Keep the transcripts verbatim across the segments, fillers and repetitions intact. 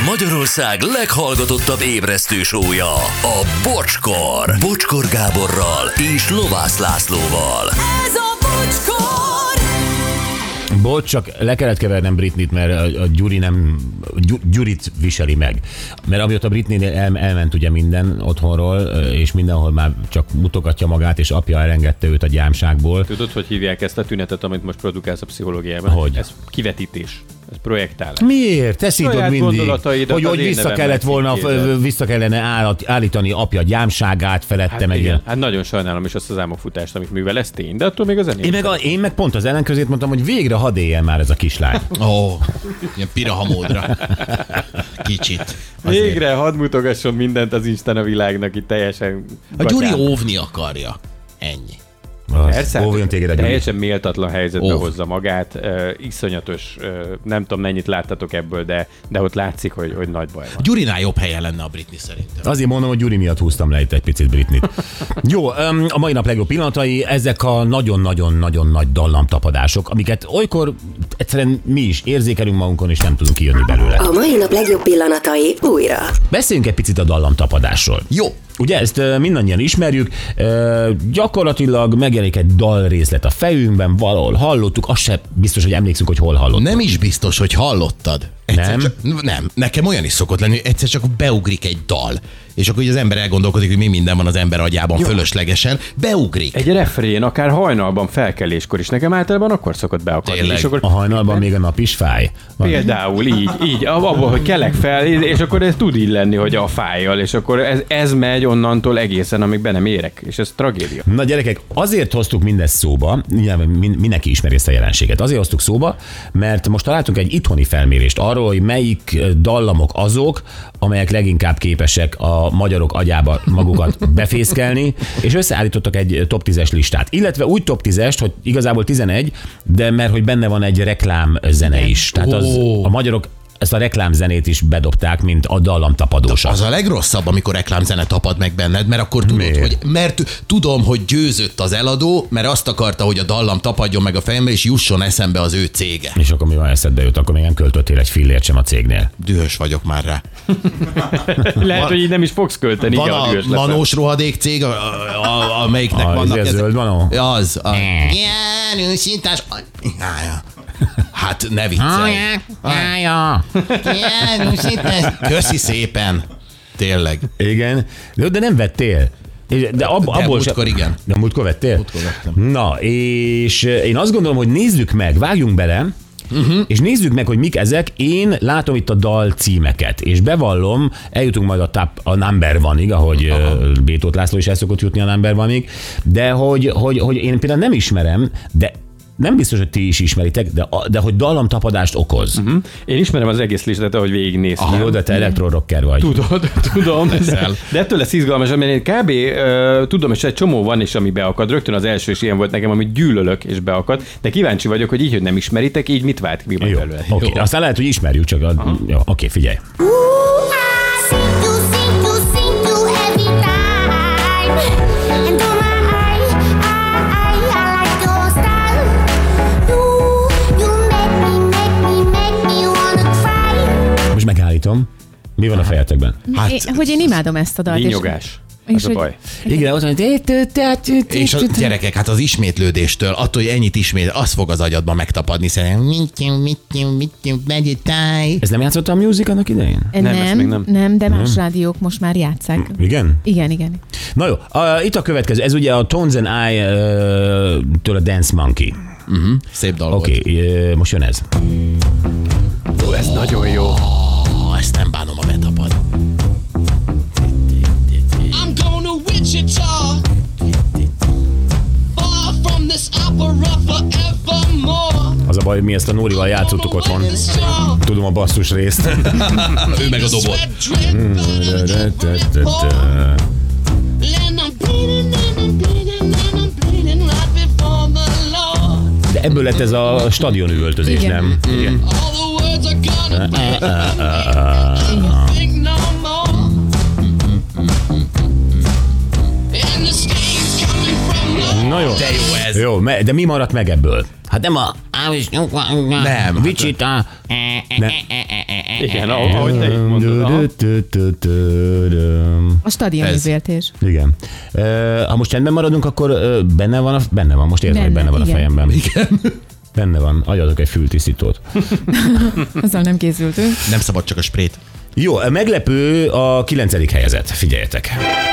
Magyarország leghallgatottabb ébresztő show-ja, a Bocskor. Bocskor Gáborral és Lovász Lászlóval. Ez a Bocskor! Bocs, csak le kellett kevernem Britneyt, mert a, a Gyuri nem, Gyurit viseli meg. Mert amióta Britneynél el, elment ugye minden otthonról, és mindenhol már csak mutogatja magát, és apja elengedte őt a gyámságból. Tudod, hogy hívják ezt a tünetet, amit most produkálsz a pszichológiában? Hogy? Ez kivetítés. Ez projektálás. Miért? Te szítod mindig, hogy, hogy vissza kellett volna, vissza kellene állítani apja gyámságát, felette hát meg. Igen. Hát nagyon sajnálom is azt az álmokfutást, amit művel, ez tény, de attól még az én meg, a, én meg pont az ellenkezőjét mondtam, hogy végre hadd éljen már ez a kislány. Ó, oh, ilyen pirahamódra. Kicsit. Azért. Végre hadd mutogasson mindent az Isten a világnak, itt teljesen a Gyuri óvni akarja. Ennyi. Persze, teljesen méltatlan helyzetbe oh. hozza magát, uh, iszonyatos, uh, nem tudom mennyit láttatok ebből, de, de ott látszik, hogy, hogy nagy baj van. Gyurinál jobb helyen lenne a Britney szerintem. Azért mondom, hogy Gyuri miatt húztam le itt egy picit Britneyt. Jó, um, a mai nap legjobb pillanatai, ezek a nagyon-nagyon-nagyon nagy dallamtapadások, amiket olykor egyszerűen mi is érzékelünk magunkon, és nem tudunk kijönni belőle. A mai nap legjobb pillanatai újra. Beszéljünk egy picit a dallamtapadásról. Jó. Ugye ezt uh, mindannyian ismerjük, uh, gyakorlatilag megjelenik egy dalrészlet a fejünkben, valahol hallottuk, azt sem biztos, hogy emlékszünk, hogy hol hallottuk. Nem is biztos, hogy hallottad. Egyszer Nem? Csak, nem, nekem olyan is szokott lenni, hogy egyszer csak beugrik egy dal, és akkor az ember elgondolkodik, hogy mi minden van az ember agyában jó. Fölöslegesen, beugrik. Egy refrén, akár hajnalban, felkeléskor is, nekem általában akkor szokott beakadni. És akkor a hajnalban még a nap is fáj. Van. Például így, így, abban, hogy kelek fel, és akkor ez tud így lenni, hogy a fájjal, és akkor ez, ez megy onnantól egészen, amíg be nem érek, és ez tragédia. Na gyerekek, azért hoztuk mindezt szóba, mindenki ismeri ezt a jelenséget, azért hoztuk szóba, mert most találtunk egy itthoni felmérést arról, hogy melyik dallamok azok, amelyek leginkább képesek a magyarok agyába magukat befészkelni, és összeállítottak egy top tízes listát. Illetve úgy top tízest, hogy igazából tizenegy, de mert hogy benne van egy reklámzene is. Tehát az, a magyarok ezt a reklámzenét is bedobták, mint a dallamtapadósat. Az a legrosszabb, amikor reklámzene tapad meg benned, mert akkor tudod, Miért? hogy mert tudom, hogy győzött az eladó, mert azt akarta, hogy a dallam tapadjon meg a fejembe, és jusson eszembe az ő cége. És akkor mi van, eszedbe jut, akkor még nem költöttél egy fillért sem a cégnél. Dühös vagyok már rá. Lehet, van, hogy így nem is fogsz költeni. Van a manós rohadék cég, a, a, a, amelyiknek a, vannak ezek. Zöld manó? Az. A... Jánusítás. Hát ne viccelj. Köszi szépen. Tényleg. Igen. De nem vettél. De, ab, de abból múltkor sem... igen. De múltkor vettél? Múltkor vettem. Na, és én azt gondolom, hogy nézzük meg, vágjunk bele, Uh-huh. és nézzük meg, hogy mik ezek. Én látom itt a dal címeket, és bevallom, eljutunk majd a, top, a number one-ig, ahogy uh-huh. Bétót László is el szokott jutni a number one-ig, de hogy, hogy, hogy én például nem ismerem, de nem biztos, hogy ti is ismeritek, de, de hogy dallamtapadást okoz. Uh-huh. Én ismerem az egész listát, ahogy végignéztem. Ah, jó, de te elektrorocker vagy. Tudod, tudom. de, de ettől lesz izgalmas, mert én kb. Uh, tudom, és egy csomó van is, ami beakad. Rögtön az első is ilyen volt nekem, amit gyűlölök és beakad. De kíváncsi vagyok, hogy így, hogy nem ismeritek, így mit vált ki belőle. Oké, okay. Aztán lehet, hogy ismerjük, csak a... uh-huh. Jó, oké, okay, figyelj. Megállítom. Mi van a fejetekben? Hát, é, hogy én imádom ezt a dalt. Vinyogás. És, ez a baj. Igen, ott van, és a gyerekek, hát az ismétlődéstől, attól, hogy ennyit ismét, az fog az agyadban megtapadni, szerintem. Ez nem játszott a music annak idején? Nem, nem, nem. nem de más nem. rádiók most már játsszák. Igen? Igen, igen. Na jó, a, itt a következő, ez ugye a Tones and I-től a Dance Monkey. Uh-huh. Szép dal Oké, okay, most jön ez. Ó, ez nagyon jó. Oh, ezt nem bánom, a betapad. I'm gonna Wichita, far from this opera forevermore. Az a baj, hogy mi ezt a Nórival játszottuk otthon. Tudom a basszus részt. Ő meg a dobot. De ebből lett ez a stadion üvöltözés, igen. Nem? Igen. Na jó. De jó ez. Jó, de mi maradt meg ebből? Hát nem a... Nem. Vicsita... Igen, ahogy te így mondod. A stadionüzéltés. Igen. Ha most rendben maradunk, akkor benne van, a, benne van, most érzem, hogy benne van a fejemben. Igen. Benne van, adjatok egy fültisztítót. Azzal nem készültünk. Nem szabad csak a sprét. Jó, meglepő a kilencedik helyezett. Figyeljetek.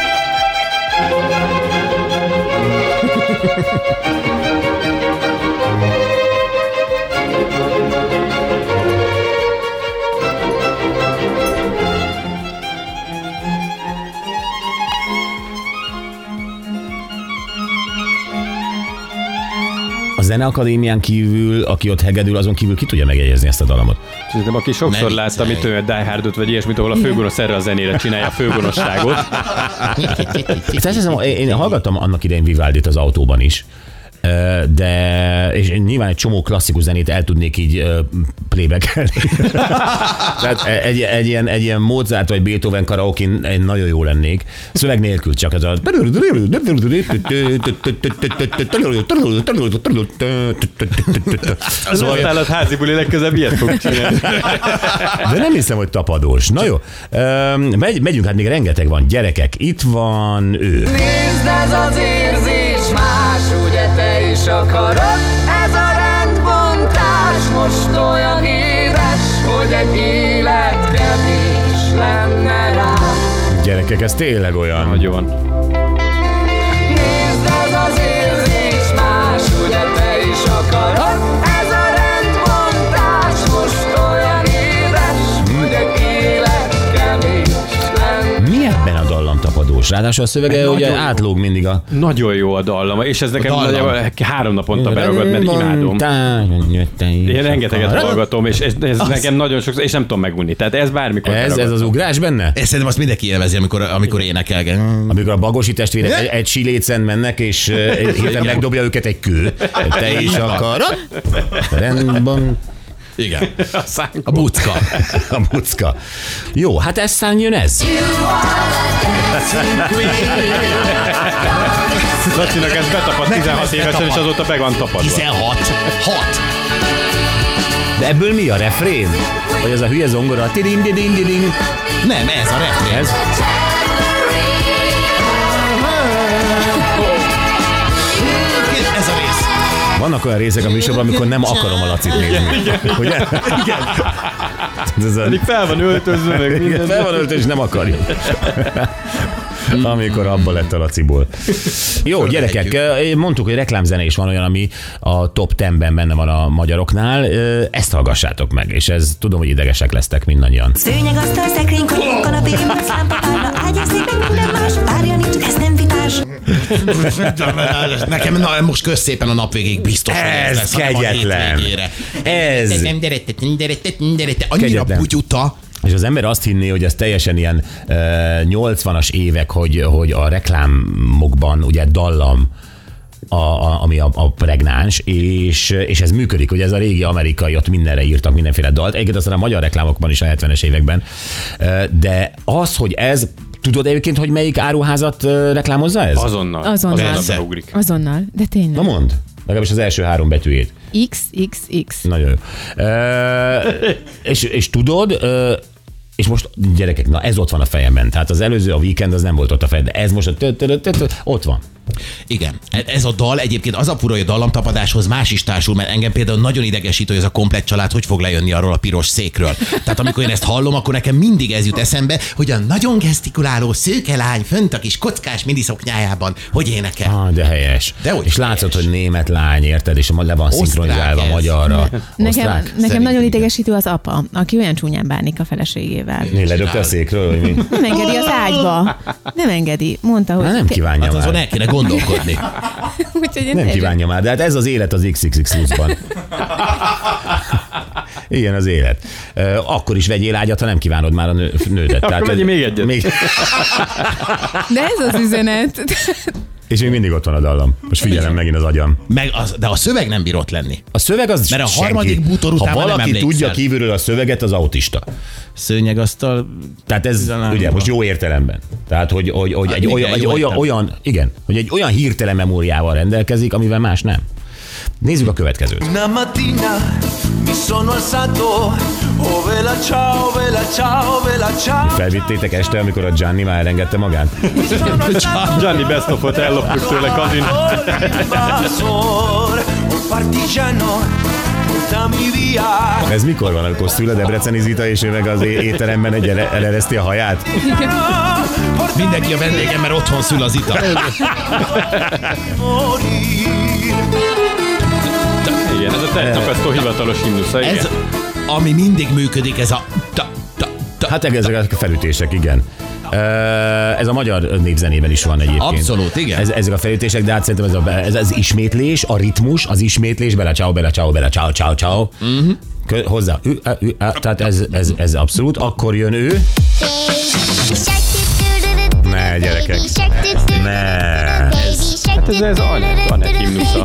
A Zeneakadémián kívül, aki ott hegedül, azon kívül ki tudja megjegyezni ezt a dallamot? Szerintem, aki sokszor látta, mit olyan Die Hardot, vagy ilyesmit, ahol a főgonosz erre a zenére csinálja a főgonosságot. Én hallgattam annak idején Vivaldit az autóban is, de és nyilván egy csomó klasszikus zenét el tudnék így playback-elni. Tehát egy, egy, ilyen, egy ilyen Mozart vagy Beethoven karaoke-n nagyon jó lennék. Szöveg nélkül csak ez a... Az állat házi buli legközebb ilyet fog csinálni. De nem hiszem, hogy tapadós. Na jó, megy, megyünk, hát még rengeteg van. Gyerekek, itt van ő. Nézd, ez az érzés más, ugye te is akarod? Ez a rendbontás most olyan édes, hogy egy élet kevés lenne rám. Gyerekek, ez tényleg olyan. Nagyon. Nézd, ez az érzés más, ugye te is akarod? Ez a rendbontás most olyan édes, hogy egy élet kevés lenne. Mi ebben a dallam tapadós? Ráadásul a szövege ugye átlóg mindig a... Nagyon jó a dallama, és ez nekem dallam. három naponta beragad, mert imádom. Én rengeteget hallgatom, és ez, ez nekem nagyon sokszor, és nem tudom megunni. Tehát ez bármikor Ez, ez az ugrás benne? Ezt szerintem azt mindenki élvezi, amikor, amikor énekel. Amikor a bagosi testvérek egy, egy silécen mennek, és hirtelen megdobja őket egy kő. Te is akarod? Rendben. Igen. A bucka. A bucka. Jó, hát eztán jön ez. Lacinak ez betapad tizenhat évesen, és azóta be van tapadva. tizenhat. hat. De ebből mi a refrén? Vagy az a hülye zongora? Tiding, tiding, tiding. Nem, ez a refrén. Ez? Ez a rész. Vannak olyan részek a műsorban, amikor nem akarom a Lacit nézni. Ugye? Igen. Ez a... Pedig fel van öltözve, meg minden. Fel van öltözve, és nem akarja. Amikor abba lett a Laciból. Jó, gyerekek, mondtuk, hogy reklámzene is van olyan, ami a top tízben benne van a magyaroknál. Ezt hallgassátok meg, és ez tudom, hogy idegesek lesztek mindannyian. Szőnyeg, asztal, szekrény, konyha, kanapé, max, lámpa, párna, ágyészék, meg minden más, várja nincs, ez nem vitás. Nekem na, most kösz szépen a nap végéig biztos, hogy ez Ez lesz a nap a kegyetlen. hétvégére. Ez Annyira Kegyetlen. bugyuta. És az ember azt hinné, hogy ez teljesen ilyen uh, nyolcvanas évek, hogy, hogy a reklámokban ugye dallam, a, a, ami a, a pregnáns, és, és ez működik, hogy ez a régi amerikai, ott mindenre írtak mindenféle dalt, egyébként aztán a magyar reklámokban is a hetvenes években, uh, de az, hogy ez, tudod egyébként, hogy melyik áruházat uh, reklámozza ez? Azonnal. Azonnal. Azonnal beugrik. Azonnal, de tényleg. Na mondd, legalábbis az első három betűjét. X X X. Nagyon jó. Uh, és, és tudod, uh, és most gyerekek, na ez ott van a fejemben. Tehát az előző, a Weekend, az nem volt ott a fejemben, de ez most a ott van. Igen, ez a dal egyébként az a fura, hogy a dallamtapadáshoz más is társul, mert engem például nagyon idegesít, hogy ez a komplett család hogy fog lejönni arról a piros székről. Tehát amikor én ezt hallom, akkor nekem mindig ez jut eszembe, hogy a nagyon gesztikuláló szőke lány fönt a kis kockás miniszoknyájában, hogy énekel. Ah, de helyes. De hogy és látszott, helyes. hogy német lány, érted, és le van szinkronizálva ez. magyarra. Nekem, Osztrák? nekem nagyon igen. idegesítő az apa, aki olyan csúnyán bánik a feleségével. Mi ledögte a székről, vagy mi? Nem engedi az ágyba. Nem engedi. Mondta, hogy... Hát nem kívánja Hát azon már. el kéne gondolkodni. Úgyhogy én Nem teljesen- kívánja már, de hát ez az élet az iksz iksz iksz pluszban. Ilyen az élet. Akkor is vegyél ágyat, ha nem kívánod már a nő, nődet. Akkor vegyél még egyet. Még... De ez az üzenet. És még mindig ott van a dallam. Most figyelem megint az agyam. Meg az, de a szöveg nem bírott lenni. A szöveg az Mert a senki. harmadik bútor után Ha már nem valaki emlékszel. tudja kívülről a szöveget, az autista. Szőnyegasztal. Tehát ez Tizenhárom. ugye most jó értelemben. Tehát, hogy, hogy, hogy egy, igen, olyan, egy jó olyan, értem. olyan, igen, hogy egy olyan hirtelen memóriával rendelkezik, amivel más nem. Nézzük a következőt. Una mattina mi sono alzato, oh vela ciao, vela ciao, vela ciao. Felvittétek este, amikor a Gianni már elengedte magát? Gianni Best of-ot ellopjuk tőle, Kazin. Invasor, un partigiano, portami via. Ez mikor van, amikor szül a debreceni Zita, és ő meg az é- étteremben egy ele- elereszti a haját? Mindenki a vendégem, mert otthon szül az ita. Igen, ez a Tegnapesztó hivatalos himnusza, igen. Ez, ami mindig működik, ez a ta, ta, ta. Hát ezek a felütések, igen. Ö, Ez a magyar népzenében is van egyébként. Abszolút, igen. Ez, ezek a felütések, de hát szerintem ez, a, ez az ismétlés, a ritmus, az ismétlés, bele ciao, bele ciao, bele ciao, ciao, ciao. Uh-huh. Kö, hozzá, ü, ü, ü, tehát ez, ez, ez abszolút. Akkor jön ő. Ne, gyerekek. Ne. Hát ez, ez Anett, Anett himnusza.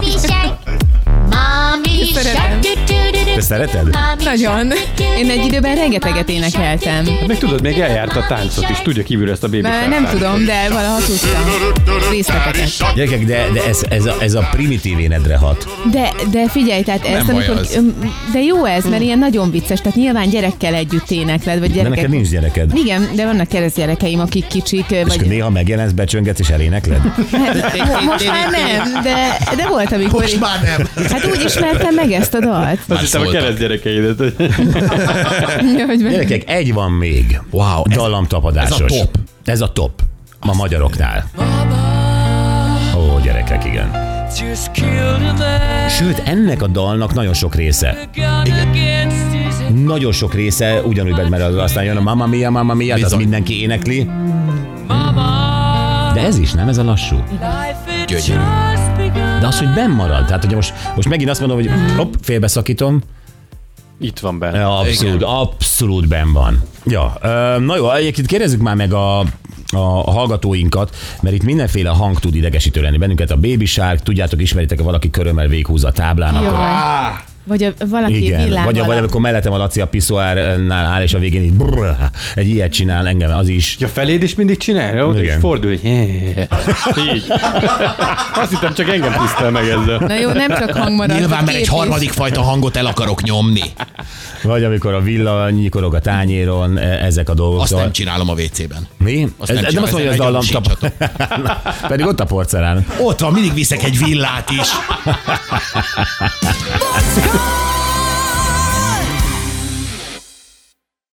Szeretem. Te szereted? Nagyon. Én egy időben rengeteget énekeltem. Hát meg tudod, még eljárt a táncot is, tudja kívül ezt a baby Már shark nem táncot. tudom, de valaha tudtam. Részleteket. Gyerekek, de, de ez, ez, a, ez a primitív énedre hat. De, de figyelj, tehát ezt Nem baj amikor... az. öm, De jó ez, mert ilyen nagyon vicces, tehát nyilván gyerekkel együtt énekled, vagy De gyerekek... neked nincs gyereked. Igen, de vannak keresztgyerekeim, akik kicsik, És vagy... akkor néha megjelensz, becsöngetsz és elénekled? Most már nem, de, de volt, amikor... Most már nem. Hát úgy ismertem meg ezt a dalt. Azt hiszem a szóltak. keresztgyerekeidet. Hogy Gyerekek, egy van még. Wow, ez- Dallamtapadásos. ez a top. Ez a top. A magyaroknál. Ó, gyerekek, igen. Just killed him there. Sőt, ennek a dalnak nagyon sok része. Gun against his Nagyon sok része ugyanúgy, mert az- aztán jön a Mamma Mia, Mamma Mia, azt Bizony. mindenki énekli. mama. De ez is, nem ez a lassú? Life it Gyönyörű. just begun. De az, hogy benn marad. Tehát, hogy most, most megint azt mondom, hogy hopp, félbeszakítom. Itt van benne. Ja, abszolút, Igen. abszolút benn van. Ja, ö, na jó, egyébként kérdezzük már meg a, a, a hallgatóinkat, mert itt mindenféle hang tud idegesítő lenni bennünket. A Baby Shark, tudjátok, ismeritek, ha valaki körömmel véghúzza a táblán, akkor... Jaj. Vagy a, valaki Igen, villával. vagy, vagy amikor mellettem a Laci a piszoárnál áll, és a végén így brrr, egy ilyet csinál engem, az is. Ja, feléd is mindig csinálja, ott is Igen. fordul, hogy így. Azt hittem, csak engem tisztel meg ezzel. Na jó, nem csak hang marad. Nyilván, mert egy kép is. harmadik fajta hangot el akarok nyomni. Vagy amikor a villa nyikorog a tányéron, e- ezek a dolgok. Azt Szóval- nem csinálom a vécében. Mi? Azt Ez, nem ez nem azt mondja, hogy ez csinálom, dallam ezen tap... Pedig ott a porcelán. Ott van, mindig viszek egy villát is. Bocskor!